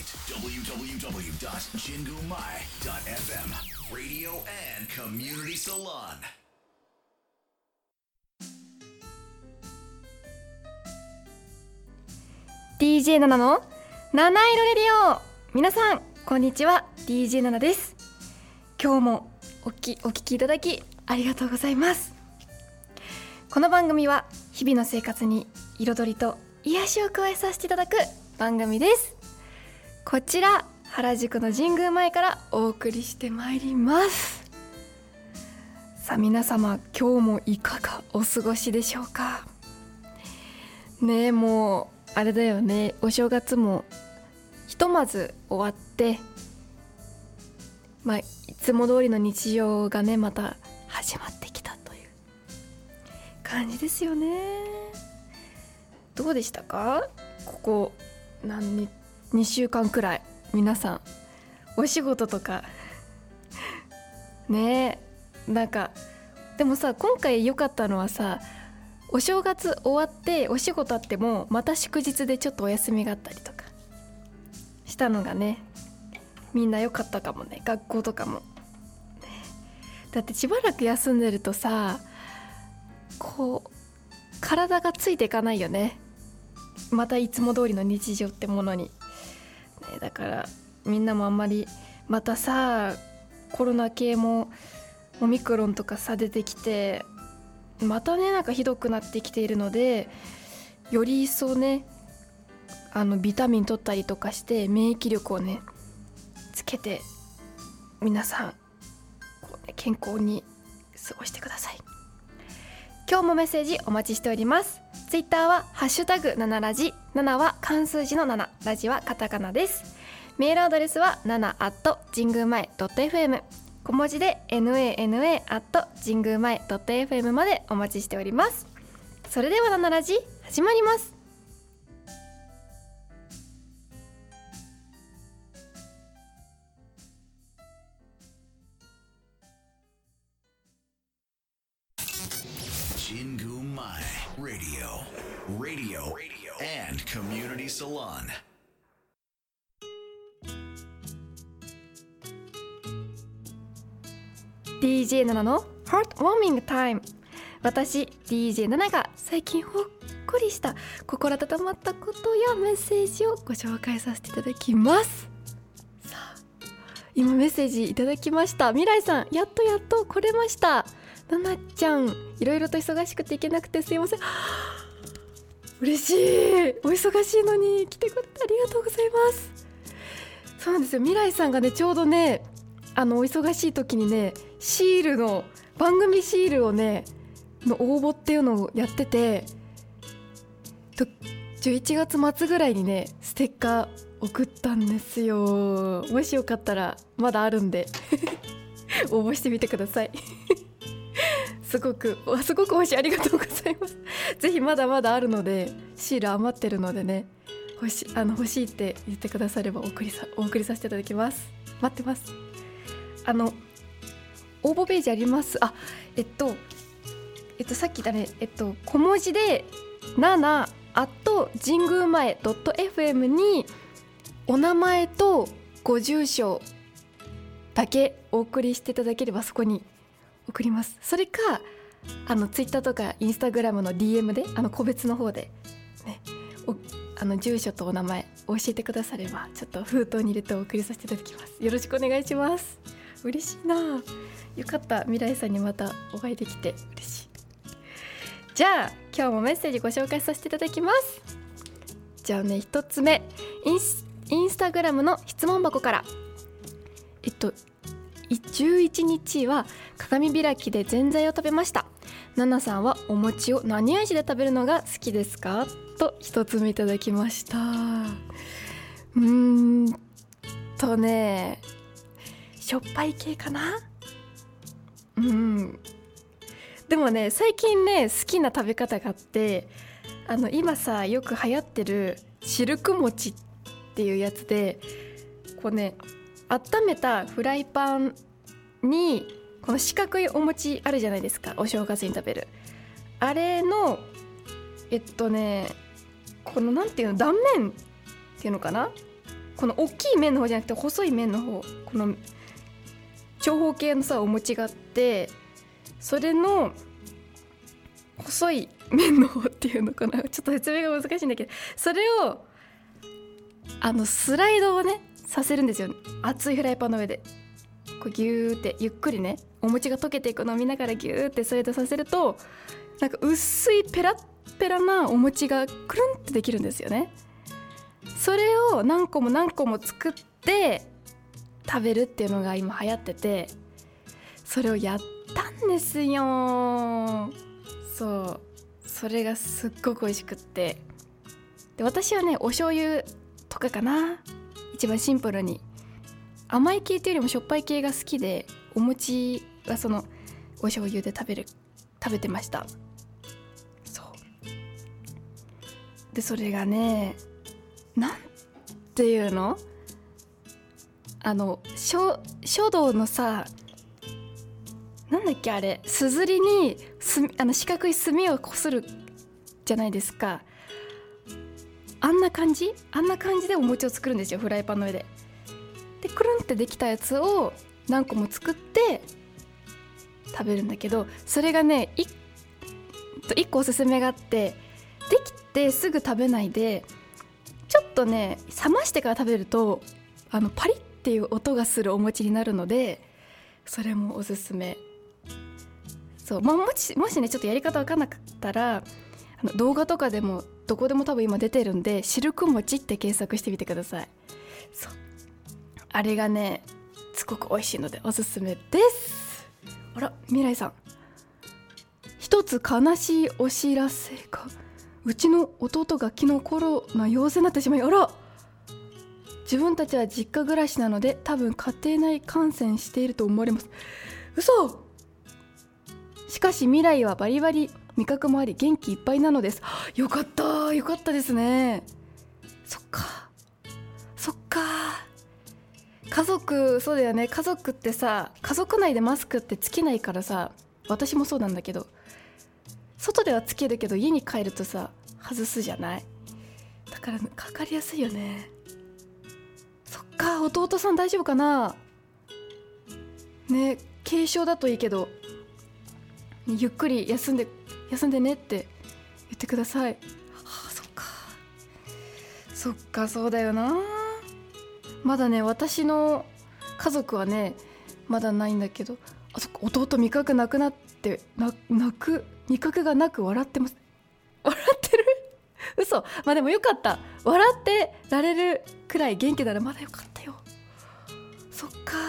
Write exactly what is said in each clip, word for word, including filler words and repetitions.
ダブリューダブリューダブリュードットジングマイドットエフエム Radio and Community Salon。 ディージェー ナナの七色レディオ。皆さんこんにちは、 ディージェー ナナです。今日もおきお聞きいただきありがとうございます。この番組は日々の生活に彩りと癒しを加えさせていただく番組です。こちら原宿の神宮前からお送りしてまいります。さあ皆様、今日もいかがお過ごしでしょうかね。えもうあれだよね、お正月もひとまず終わって、まあ、いつも通りの日常がねまた始まってきたという感じですよね。どうでしたか、ここ何ににしゅうかんくらい。皆さんお仕事とかねえ、なんかでもさ、今回良かったのはさ、お正月終わってお仕事あってもまた祝日でちょっとお休みがあったりとかしたのがね、みんな良かったかもね。学校とかも、ね、だってしばらく休んでるとさ、こう体がついていかないよね、またいつも通りの日常ってものに、ね、だからみんなもあんまりまたさ、コロナ系もオミクロンとかさ出てきて、またねなんかひどくなってきているので、より一層ねあのビタミン取ったりとかして免疫力をねつけて、皆さんこう、ね、健康に過ごしてください。今日もメッセージお待ちしております。ツイッターはハッシュタグななラジ、ななは漢数字のなな、ラジはカタカナです。メールアドレスはななアットジングマイドットエフエム、小文字で ナナ アットジングマイドットエフエム までお待ちしております。それではななラジ始まります。 ジングマイ Radio Radio and Community Salon。 ディージェー ナナの Heartwarming Time。 私 ディージェー ナナが最近ほっこりした心温まったことやメッセージをご紹介させていただきます。さあ今メッセージいただきました。未来さん、やっとやっと来れました。ナナちゃん、いろいろと忙しくて行けなくてすいません。嬉しい、お忙しいのに来てくれてありがとうございます。そうなんですよ、未来さんがねちょうどねあのお忙しい時にねシールの番組シールをねの応募っていうのをやってて、とじゅういちがつ末ぐらいにねステッカー送ったんですよ。もしよかったらまだあるんで応募してみてくださいすごくすごく欲しい、ありがとうございます。ぜひまだまだあるので、シール余ってるのでね、欲しあの欲しいって言ってくださればお送りさお送りさせていただきます。待ってます。あの応募ページあります。あえっとえっとさっきだねえっと小文字でななアットジングマイドットエフエム にお名前とご住所だけお送りしていただければそこに送ります。それかあのツイッターとかインスタグラムの ディーエム であの個別の方で、ね、おあの住所とお名前教えてくださればちょっと封筒に入れてお送りさせていただきます。よろしくお願いします。嬉しいな。よかった、未来さんにまたお会いできて嬉しい。じゃあ今日もメッセージご紹介させていただきます。じゃあね、一つ目インス、インスタグラムの質問箱から。えっとじゅういちにちは鏡開きでぜんざいを食べました。ナナさんはお餅を何味で食べるのが好きですか、と一つ目いただきました。うーんとねしょっぱい系かな。うんでもね最近ね好きな食べ方があって、あの今さよく流行ってるシルク餅っていうやつで、こうね温めたフライパンにこの四角いお餅あるじゃないですか、お正月に食べるあれのえっとねこのなんていうの断面っていうのかな、 この大きい麺の方じゃなくて細い麺の方、この長方形のさお餅があって、それの細い麺の方っていうのかな、ちょっと説明が難しいんだけど、それをあのスライドをねさせるんですよ。熱いフライパンの上でこうギューってゆっくりね、お餅が溶けていくのを見ながらギューってスライドさせると、なんか薄いペラッペラなお餅がくるんってできるんですよね。それを何個も何個も作って食べるっていうのが今流行ってて、それをやったんですよ。そう、それがすっごく美味しくって、で私はねお醤油とかかな、一番シンプルに甘い系っていうよりもしょっぱい系が好きで、お餅はそのお醤油で食べる食べてました。そうで、それがね、なんていうの、あの書書道のさ、なんだっけあれ、すずりにすあの四角い墨をこするじゃないですか。あんな感じあんな感じでお餅を作るんですよ、フライパンの上で。でくるんってできたやつを何個も作って食べるんだけど、それがね い, いっこおすすめがあって、できてすぐ食べないでちょっとね冷ましてから食べると、あのパリッっていう音がするお餅になるので、それもおすすめ。そう、まあ、もしもしねちょっとやり方分かんなかったら、あの動画とかでもどこでも多分今出てるんで、シルク餅って検索してみてください。そう、あれがねすごく美味しいのでおすすめです。あら、未来さん、一つ悲しいお知らせが、うちの弟が昨日コロナ陽性になってしまい、あら、自分たちは実家暮らしなので多分家庭内感染していると思われます。嘘。しかし未来はバリバリ味覚もあり元気いっぱいなのです。よかったよかったですね。そっかそっか、家族、そうだよね、家族ってさ、家族内でマスクってつけないからさ、私もそうなんだけど、外ではつけるけど家に帰るとさ外すじゃない。だからかかりやすいよね。そっか、弟さん大丈夫かなね。軽症だといいけど、ね、ゆっくり休んで休んでねって言ってください。はあ、そっかそっか、そうだよな。まだね私の家族はねまだないんだけど、あ、そっか、弟味覚なくなってな泣く味覚がなく笑ってます。笑ってる嘘。まあでもよかった、笑ってられるくらい元気ならまだよかったよ。そっか、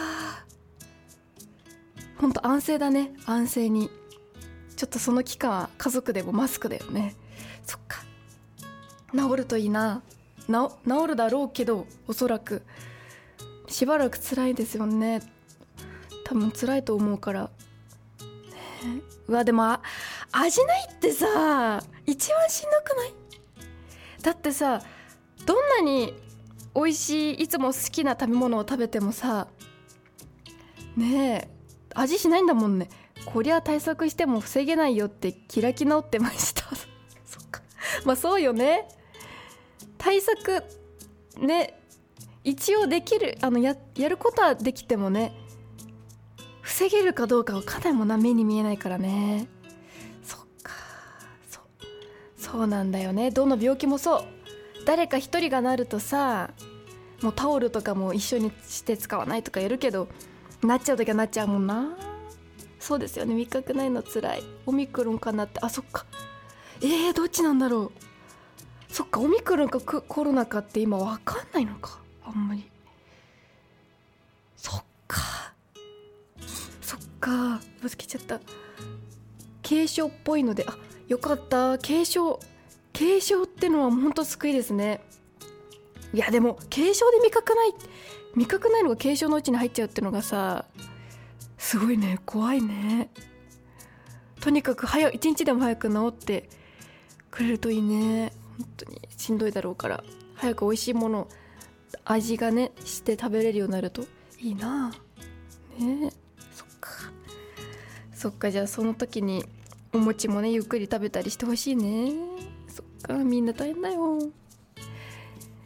ほんと安静だね、安静に。ちょっとその期間は家族でもマスクだよね。そっか、治るといいな。な治るだろうけど、おそらくしばらく辛いですよね。多分辛いと思うから、ね、うわでもあ味ないってさ一番しんどくない？だってさ、どんなに美味しいいつも好きな食べ物を食べてもさ、ねえ味しないんだもんね。こりゃ対策しても防げないよって開き直ってましたそっか、まあそうよね。対策ね、一応できる、あの や, やることはできてもね、防げるかどうかわかんないもんな、目に見えないからね。そっか、そうそうなんだよね。どの病気もそう、誰か一人がなるとさ、もうタオルとかも一緒にして使わないとかやるけど、なっちゃう時はなっちゃうもんな。そうですよね、味覚ないのつらい。オミクロンかなって。あ、そっか、えー、どっちなんだろう。そっか、オミクロンかコロナかって今わかんないのか、あんまり。そっかそっか、ぶつけちゃった。軽症っぽいので、あ、よかった。軽症軽症ってのは本当救いですね。いやでも軽症で味覚ない味覚ないのが軽症のうちに入っちゃうってのがさ、すごいね、怖いね。とにかく早い一日でも早く治ってくれるといいね。本当にしんどいだろうから、早く美味しいもの味がねして食べれるようになるといいなね。そっかそっか、じゃあその時にお餅もねゆっくり食べたりしてほしいね。そっか、みんな大変だよ。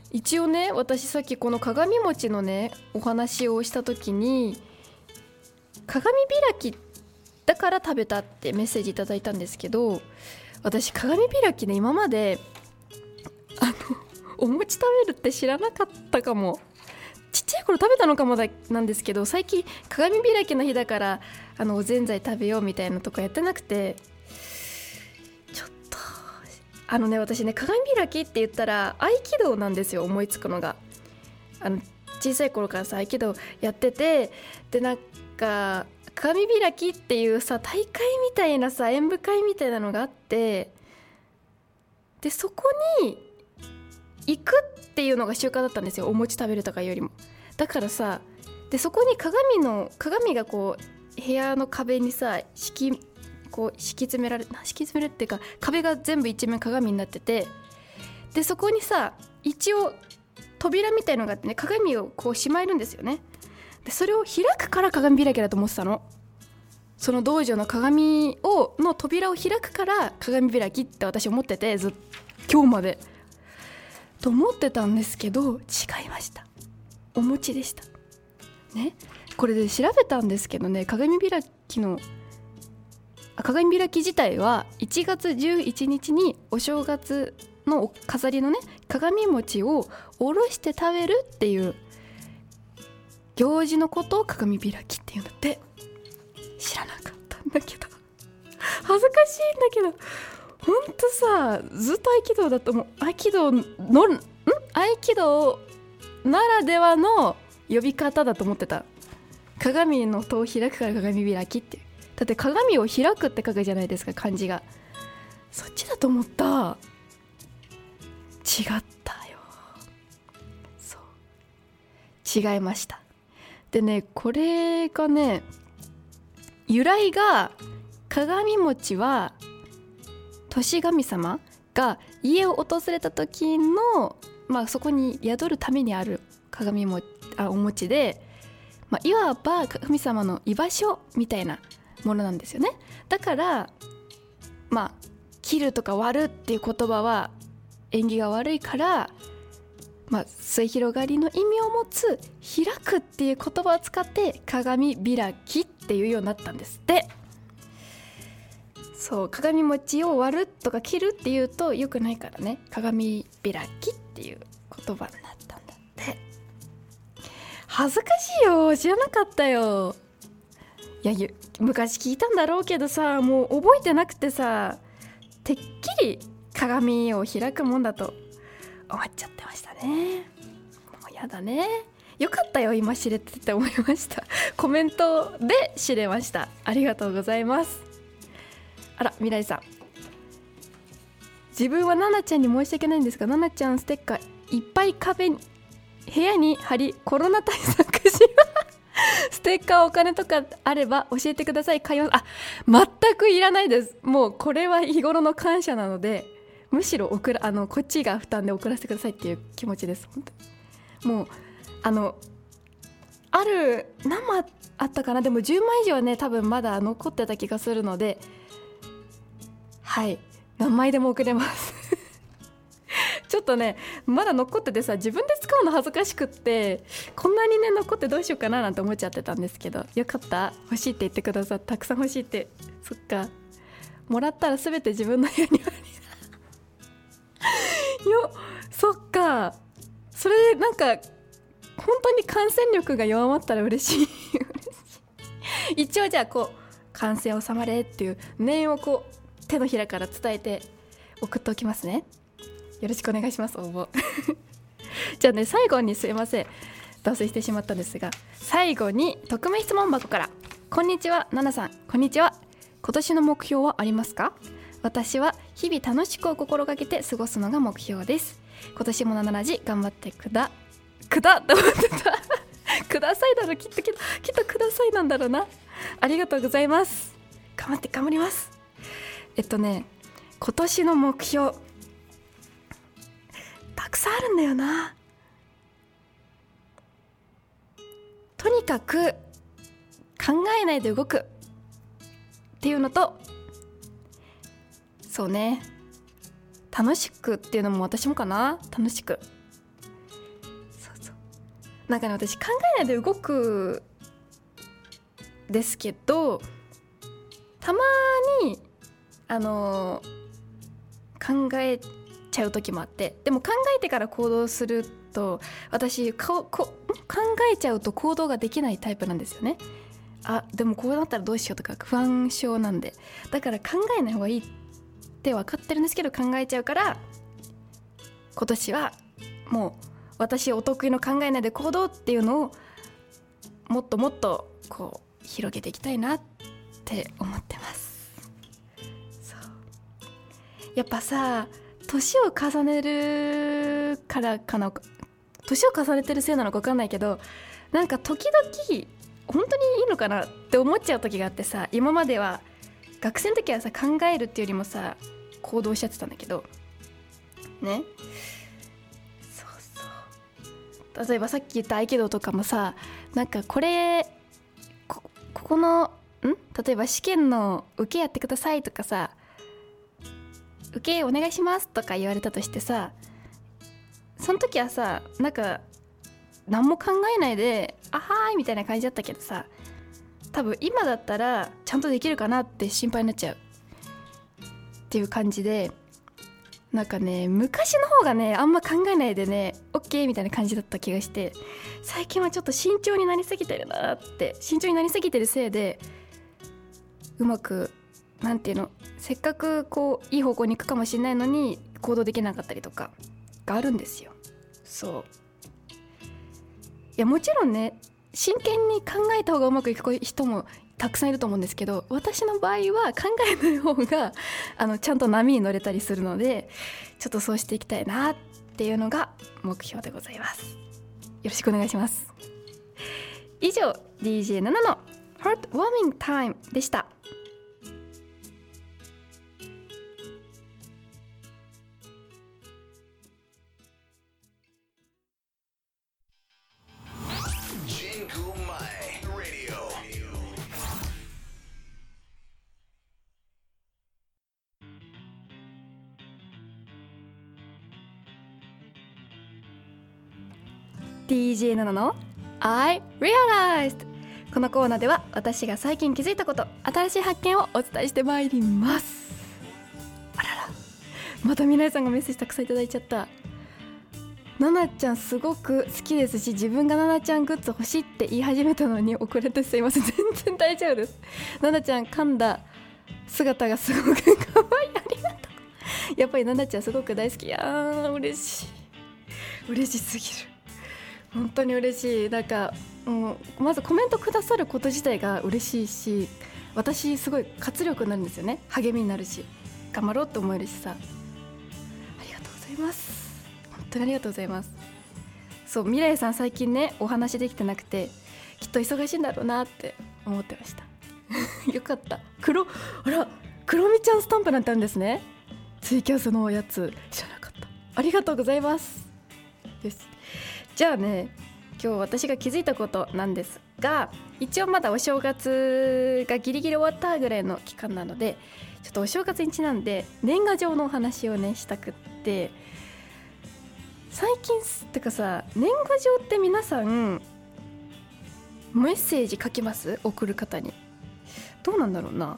一応ね、私さっきこの鏡餅のねお話をした時に、鏡開きだから食べたってメッセージいただいたんですけど、私鏡開きね今まであのお餅食べるって知らなかったかも。ちっちゃい頃食べたのかもだなんですけど、最近鏡開きの日だからあのおぜんざい食べようみたいなとかやってなくて、ちょっとあのね私ね鏡開きって言ったら合気道なんですよ、思いつくのが。あの小さい頃からさ合気道やってて、でなんか鏡開きっていうさ大会みたいなさ演舞会みたいなのがあって、でそこに行くっていうのが習慣だったんですよ、お餅食べるとかよりも。だからさ、でそこに鏡の鏡がこう部屋の壁にさ敷きこう敷き詰められ敷き詰めるっていうか、壁が全部一面鏡になってて、でそこにさ一応扉みたいのがあってね、鏡をこうしまえるんですよね。でそれを開くから鏡開きだと思ってたの。その道場の鏡をの扉を開くから鏡開きって私思ってて、ずっと今日までと思ってたんですけど、違いました。お餅でしたね。これで調べたんですけどね、鏡開きの鏡開き自体はいちがつじゅういちにちにお正月の飾りのね鏡餅をおろして食べるっていう行事のことを鏡開きっていうんだって。知らなかったんだけど恥ずかしいんだけど、ほんとさずっと合気道だと思う。合気道のん合気道ならではの呼び方だと思ってた。鏡の戸を開くから鏡開きって。だって鏡を開くって書くじゃないですか、漢字が。そっちだと思った。違ったよ。そう違いました。でね、これがね由来が、鏡餅は年神様が家を訪れた時の、まあ、そこに宿るためにある鏡もあお餅で、まあ、いわば神様の居場所みたいなものなんですよね。だからまあ切るとか割るっていう言葉は縁起が悪いから、まあ、末広がりの意味を持つ開くっていう言葉を使って鏡開きっていうようになったんですって。そう、鏡餅を割るとか切るっていうと良くないからね、鏡開きっていう言葉になったんだって。恥ずかしいよ、知らなかったよ。いや昔聞いたんだろうけどさ、もう覚えてなくてさ、てっきり鏡を開くもんだと思っちゃってましたね。もうやだね。よかったよ今知れてって思いました。コメントで知れました。ありがとうございます。あら、未来さん、自分はナナちゃんに申し訳ないんですが、ナナちゃんステッカーいっぱい壁に部屋に貼りコロナ対策しステッカーお金とかあれば教えてください。買います。あ、全くいらないです。もうこれは日頃の感謝なので、むしろ送らあのこっちが負担で送らせてくださいっていう気持ちです。本当にもうあのある何枚あったかな、でもじゅうまい以上はね多分まだ残ってた気がするので、はい何枚でも送れますちょっとねまだ残っててさ、自分で使うの恥ずかしくって、こんなにね残ってどうしようかななんて思っちゃってたんですけど、よかった、欲しいって言ってくださって、たくさん欲しいって。そっか、もらったら全て自分の部屋にありよ、そっか、それなんか本当に感染力が弱まったら嬉しい一応じゃあこう感染収まれっていう念をこう手のひらから伝えて送っておきますね。よろしくお願いします、応募じゃあね、最後にすいません脱線してしまったんですが、最後に匿名質問箱から。こんにちは、ナナさん。こんにちは。今年の目標はありますか？私は日々楽しくを心がけて過ごすのが目標です。今年もナナラジ頑張ってくだくだって思ってたくださいだろ、きっときっときっとくださいなんだろうな。ありがとうございます。頑張って頑張ります。えっとね今年の目標たくさんあるんだよな。とにかく考えないで動くっていうのと、そうね楽しくっていうのも私もかな。楽しくなんかね私考えないで動くですけど、たまにあのー、考えちゃう時もあって、でも考えてから行動すると私ここ考えちゃうと行動ができないタイプなんですよね。あでもこうなったらどうしようとか不安症なんで、だから考えない方がいいって分かってるんですけど考えちゃうから、今年はもう私お得意の考えないで行動っていうのをもっともっとこう広げていきたいなって思ってます。そうやっぱさ、年を重ねるからかな、年を重ねてるせいなのか分かんないけど、なんか時々本当にいいのかなって思っちゃう時があってさ、今までは学生の時はさ考えるっていうよりもさ行動しちゃってたんだけどね。そうそう、例えばさっき言った合気道とかもさ、なんかこれ こ, ここのん例えば試験の受けやってくださいとかさ、受けお願いしますとか言われたとしてさ、その時はさなんか何も考えないであはーいみたいな感じだったけどさ、多分今だったらちゃんとできるかなって心配になっちゃうっていう感じで、なんかね昔の方がねあんま考えないでね OK みたいな感じだった気がして、最近はちょっと慎重になりすぎてるなって、慎重になりすぎてるせいでうまくなんていうの、せっかくこういい方向に行くかもしれないのに行動できなかったりとかがあるんですよ。そういやもちろんね真剣に考えた方がうまくいく人もたくさんいると思うんですけど、私の場合は考えない方があのちゃんと波に乗れたりするので、ちょっとそうしていきたいなっていうのが目標でございます。よろしくお願いします。以上 ディージェー ナナの Heartwarming Time でした。ディージェー ナナの I Realized。 このコーナーでは私が最近気づいたこと、新しい発見をお伝えしてまいります。あらら、また皆さんがメッセージたくさんいただいちゃった。ナナちゃんすごく好きですし、自分がナナちゃんグッズ欲しいって言い始めたのに遅れてすいません。全然大丈夫です。ナナちゃん噛んだ姿がすごく可愛い、ありがとう。やっぱりナナちゃんすごく大好き。いやー嬉しい、嬉しすぎる、本当に嬉しい。なんかもうまずコメントくださること自体が嬉しいし、私すごい活力になるんですよね。励みになるし頑張ろうって思えるしさ、ありがとうございます。本当にありがとうございます。そう、未来さん最近ねお話できてなくてきっと忙しいんだろうなって思ってましたよかった。黒あら黒みちゃんスタンプなんてあるんですね。ツイキャスのやつ知らなかった。ありがとうございます。よし、じゃあね今日私が気づいたことなんですが、一応まだお正月がギリギリ終わったぐらいの期間なので、ちょっとお正月にちなんで年賀状のお話をねしたくって、最近ってかさ、年賀状って皆さんメッセージ書きます？送る方にどうなんだろうな。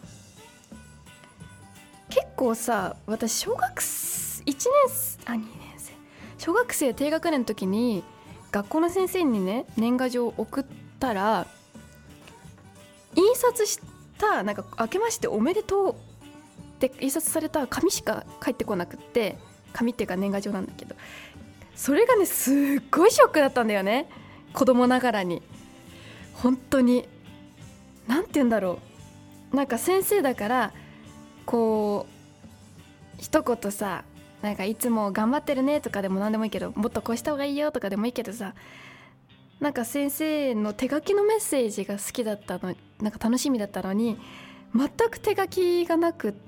結構さ、私小学いちねんあにねん生小学生低学年の時に学校の先生にね年賀状を送ったら、印刷したなんか明けましておめでとうって印刷された紙しか返ってこなくって、紙っていうか年賀状なんだけど、それがねすっごいショックだったんだよね、子供ながらに。本当になんて言うんだろう、なんか先生だからこう一言さ、なんかいつも頑張ってるねとかでも何でもいいけど、もっとこうした方がいいよとかでもいいけどさ、なんか先生の手書きのメッセージが好きだったの、なんか楽しみだったのに全く手書きがなくって、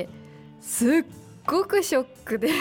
すっごくショックで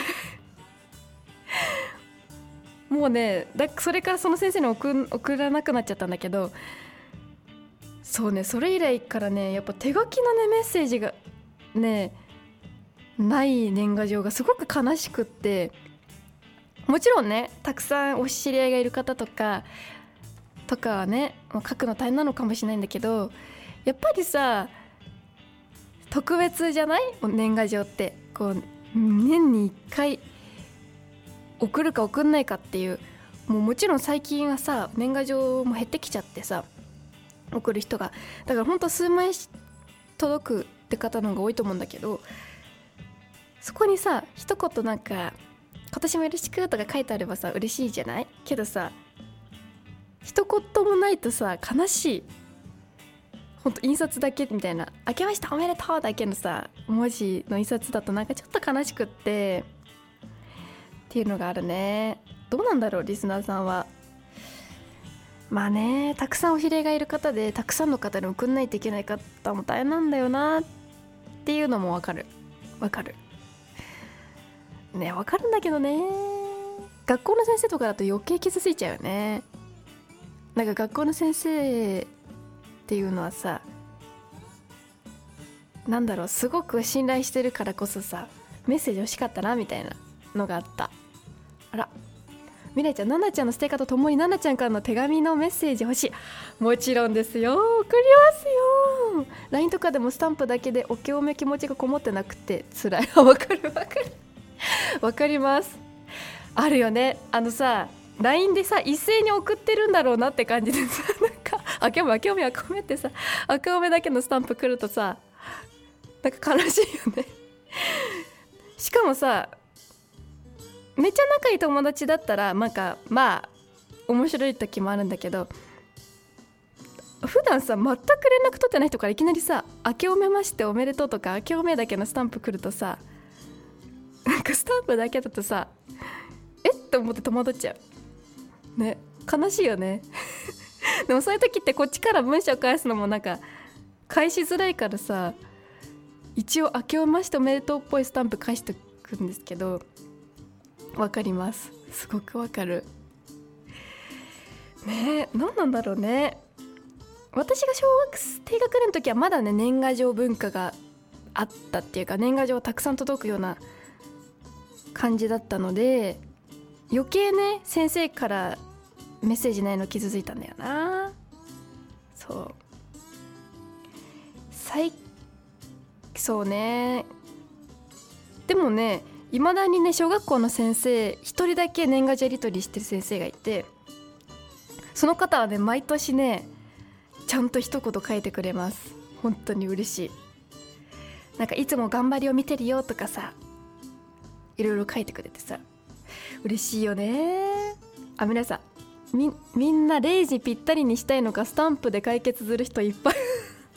もうねだそれからその先生に 送, 送らなくなっちゃったんだけど、そうね、それ以来からねやっぱ手書きのねメッセージがねない年賀状がすごく悲しくって、もちろんねたくさんお知り合いがいる方とかとかはね書くの大変なのかもしれないんだけど、やっぱりさ特別じゃない？年賀状ってこう年にいっかい送るか送んないかっていう、もうもちろん最近はさ年賀状も減ってきちゃってさ送る人が、だからほんと数枚届くって方の方が多いと思うんだけど、そこにさ一言なんか今年もよろしくとか書いてあればさ嬉しいじゃない？けどさ一言もないとさ悲しい。ほんと印刷だけみたいな、明けましておめでとうだけのさ文字の印刷だとなんかちょっと悲しくってっていうのがあるね。どうなんだろうリスナーさんは。まあね、たくさんお知り合いがいる方でたくさんの方に送んないといけない方も大変なんだよなっていうのもわかるわかるね、わかるんだけどね。学校の先生とかだと余計傷ついちゃうよね。なんか学校の先生っていうのはさ、なんだろう、すごく信頼してるからこそさメッセージ欲しかったなみたいなのがあった。あら、みなちゃん、ななちゃんのステッカーとともにななちゃんからの手紙のメッセージ欲しい。もちろんですよ、送りますよ。 ライン とかでもスタンプだけでお経め気持ちがこもってなくて辛い。わかるわかるわかります。あるよね、あのさ ライン でさ一斉に送ってるんだろうなって感じでさ、なんかあけおめあけおめあけおめってさあけおめだけのスタンプ来るとさなんか悲しいよね。しかもさめっちゃ仲いい友達だったらなんかまあ面白い時もあるんだけど、普段さ全く連絡取ってない人からいきなりさ明けおめましておめでとうとか明けおめだけのスタンプ来るとさ、なんかスタンプだけだとさえって思って戸惑っちゃうね。悲しいよねでもそういう時ってこっちから文章返すのもなんか返しづらいからさ、一応明けおめましておめでとうっぽいスタンプ返してくんですけど、わかります、すごくわかるね。え何なんだろうね。私が小学低学年の時はまだね年賀状文化があったっていうか、年賀状たくさん届くような感じだったので、余計ね先生からメッセージないの傷ついたんだよな。そう最そうね。でもねいまだにね小学校の先生一人だけ年賀状やり取りしてる先生がいて、その方はね毎年ねちゃんと一言書いてくれます。本当に嬉しい。なんかいつも頑張りを見てるよとかさいろいろ書いてくれてさ嬉しいよね。あ、皆さん み, みんなれいじぴったりにしたいのかスタンプで解決する人いっぱい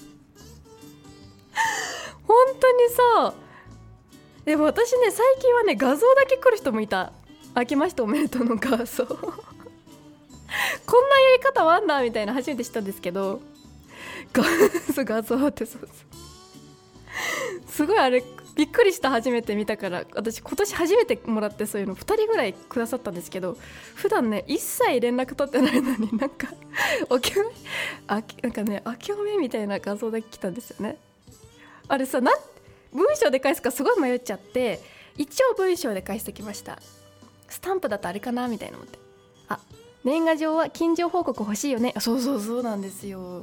本当にさ、でも私ね最近はね画像だけ来る人もいた。明けましておめでとうの画像こんなやり方はあんなみたいな初めて知ったんですけど、画, 画像ってそうそうすごいあれびっくりした。初めて見たから、私今年初めてもらってそういうのふたりぐらいくださったんですけど、普段ね一切連絡取ってないのになんかおきおめあなんかねあきおめみたいな画像だけ来たんですよね。あれさな文章で返すかすごい迷っちゃって一応文章で返してきました。スタンプだとあれかなみたいな思って、あ年賀状は近所報告欲しいよね。そうそうそうなんですよ。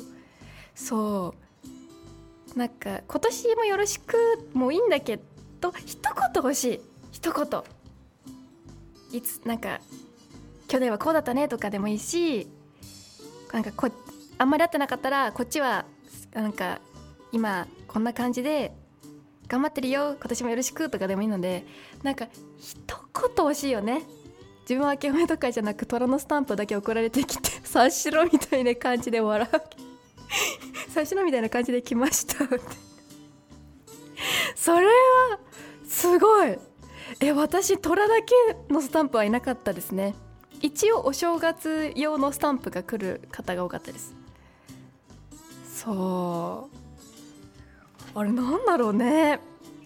そうなんか今年もよろしくもういいんだけど一言欲しい。一言いつなんか去年はこうだったねとかでもいいし、なんかこあんまり会ってなかったらこっちはなんか今こんな感じで頑張ってるよ今年もよろしくとかでもいいので、なんか一言欲しいよね。自分は明けおめとかじゃなく虎のスタンプだけ送られてきて察しろみたいな感じで笑う察しろみたいな感じで来ましたってそれはすごい。え私虎だけのスタンプはいなかったですね。一応お正月用のスタンプが来る方が多かったです。そうあれなんだろうね、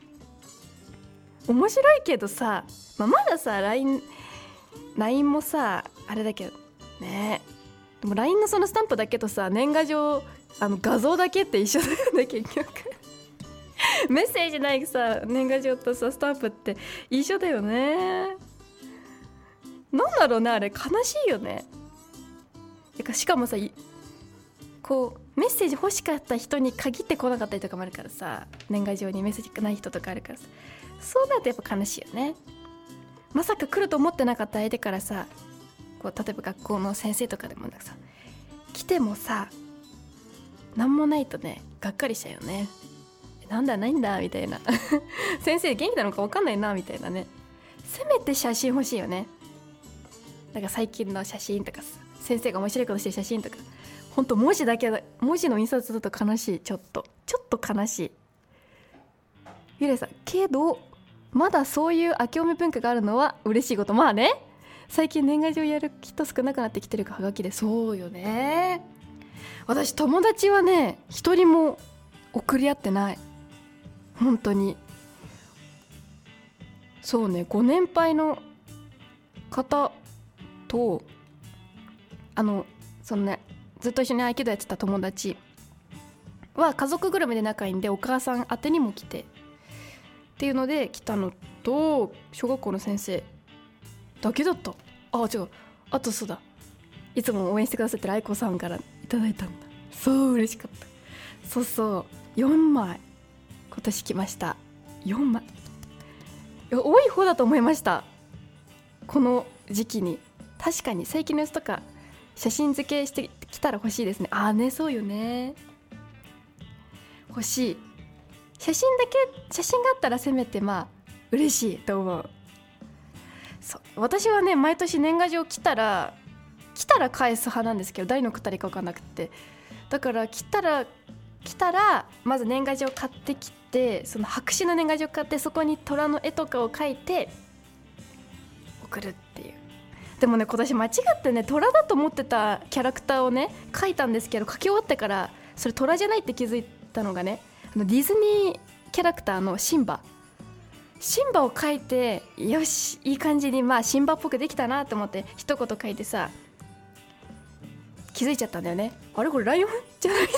面白いけどさ、まあ、まださ ライン, ラインもさあれだけどね。でも ライン のそのスタンプだけとさ年賀状あの画像だけって一緒だよね結局メッセージないさ年賀状とさスタンプって一緒だよね。なんだろうねあれ悲しいよね。悲かしかもさこうメッセージ欲しかった人に限って来なかったりとかもあるからさ、年賀状にメッセージない人とかあるからさ、そうなるとやっぱ悲しいよね。まさか来ると思ってなかった相手からさ、こう例えば学校の先生とかでもなんかさ来てもさなんもないとねがっかりしちゃうよね。なんだないんだみたいな先生元気なのか分かんないなみたいなね。せめて写真欲しいよね。なんか最近の写真とかさ、先生が面白いことしてる写真とか、ほんと文字だけだ、文字の印刷だと悲しい。ちょっとちょっと悲しい。ゆれさんけどまだそういう明けおめ文化があるのは嬉しいこと。まあね、最近年賀状やる人少なくなってきてるかはがきで。そうよね。私友達はね一人も送り合ってない。本当にそうね、ご年配の方とあのそのねずっと一緒に合気道やってた友達は家族ぐるみで仲いいんで、お母さん宛てにも来てっていうので来たのと、小学校の先生だけだった。あ違う、あとそうだ、いつも応援してくださってる愛子さんからいただいたんだ。そう嬉しかった。そうそうよんまい今年来ました。よんまい、いや多い方だと思いました、この時期に。確かに最近のやつとか写真付けしてきたら欲しいですね。ああね、そうよね、欲しい。写真だけ写真があったらせめてまあ嬉しいと思う。そう私はね毎年年賀状来たら来たら返す派なんですけど、誰のくたりか分かんなくて、だから来たら来たらまず年賀状買ってきて、その白紙の年賀状買って、そこに虎の絵とかを描いて送るっていう。でもね今年間違ってね虎だと思ってたキャラクターをね描いたんですけど、描き終わってからそれ虎じゃないって気づいたのがね、あのディズニーキャラクターのシンバシンバを描いて、よしいい感じにまあシンバっぽくできたなと思って一言書いてさ、気づいちゃったんだよね。あれこれライオンじゃない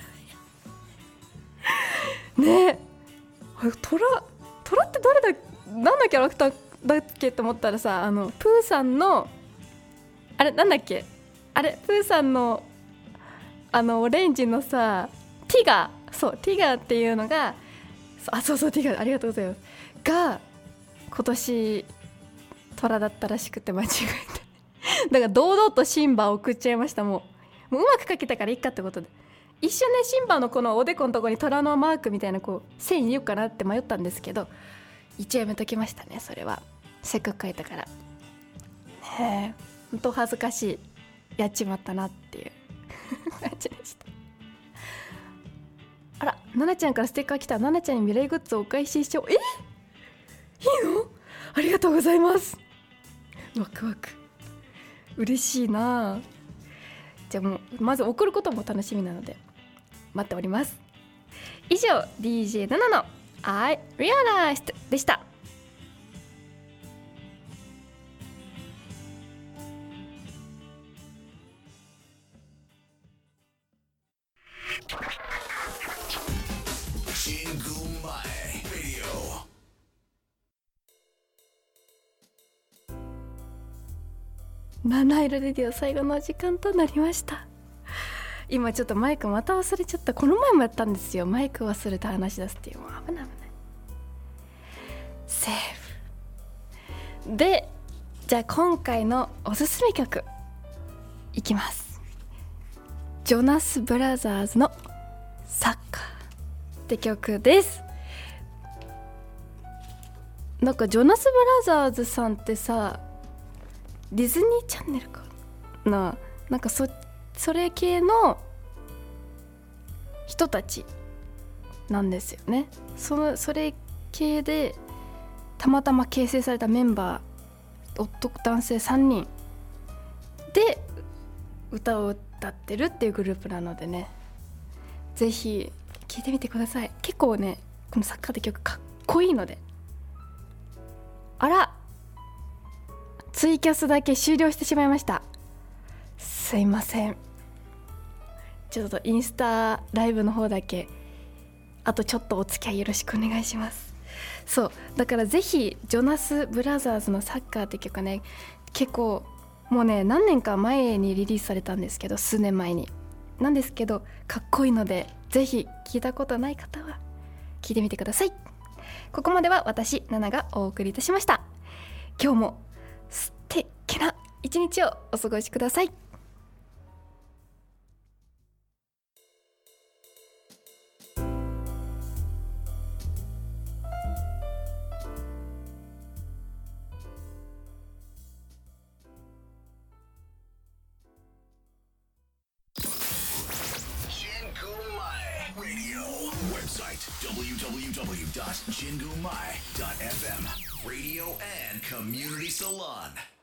ってねえ、あれトラトラって誰だ、何のキャラクターだっけと思ったらさ、あのプーさんのあれなんだっけ、あれプーさんのあのオレンジのさティガー、そうティガーっていうのが、あそうそうティガー、ありがとうございますが今年トラだったらしくて間違えてだから堂々とシンバを送っちゃいました。もうもううまく描けたからいいかってことで、一瞬ねシンバのこのおでこのところに虎のマークみたいなこう線入れようかなって迷ったんですけど、一応やめときましたね。それはせっかく描いたからねえ、ほんと恥ずかしい、やっちまったなっていう感じでした。あら、ななちゃんからステッカー来た。ななちゃんに未来グッズをお返ししちゃおう。えいいの？ありがとうございます。ワクワク、嬉しいな。じゃあもうまず送ることも楽しみなので待っております。以上 ディージェー ナナの I Realized でした。七色レディオ最後の時間となりました。今ちょっとマイクまた忘れちゃった。この前もやったんですよ、マイク忘れて話し出すっていう。もう危ない危ない。セーフで、じゃあ今回のおすすめ曲いきます。ジョナスブラザーズのサッカーって曲です。なんかジョナスブラザーズさんってさ、ディズニーチャンネルかな、なんか そ, それ系の人たちなんですよね。そのそれ系でたまたま形成されたメンバー、男男性さんにんで歌を歌ってるっていうグループなのでね、ぜひ聴いてみてください。結構ねこのサッカーって曲かっこいいので。あら、ツイキャスだけ終了してしまいました。すいません。ちょっとインスタライブの方だけあとちょっとお付き合いよろしくお願いします。そうだからぜひジョナスブラザーズのサッカーって曲はね、結構もうね何年か前にリリースされたんですけど、数年前になんですけどかっこいいので、ぜひ聞いたことない方は聞いてみてください。ここまでは私ナナがお送りいたしました。今日も素敵な一日をお過ごしください。 WebsiteダブリューダブリューダブリュードットジングマイドットエフエムRadio and Community Salon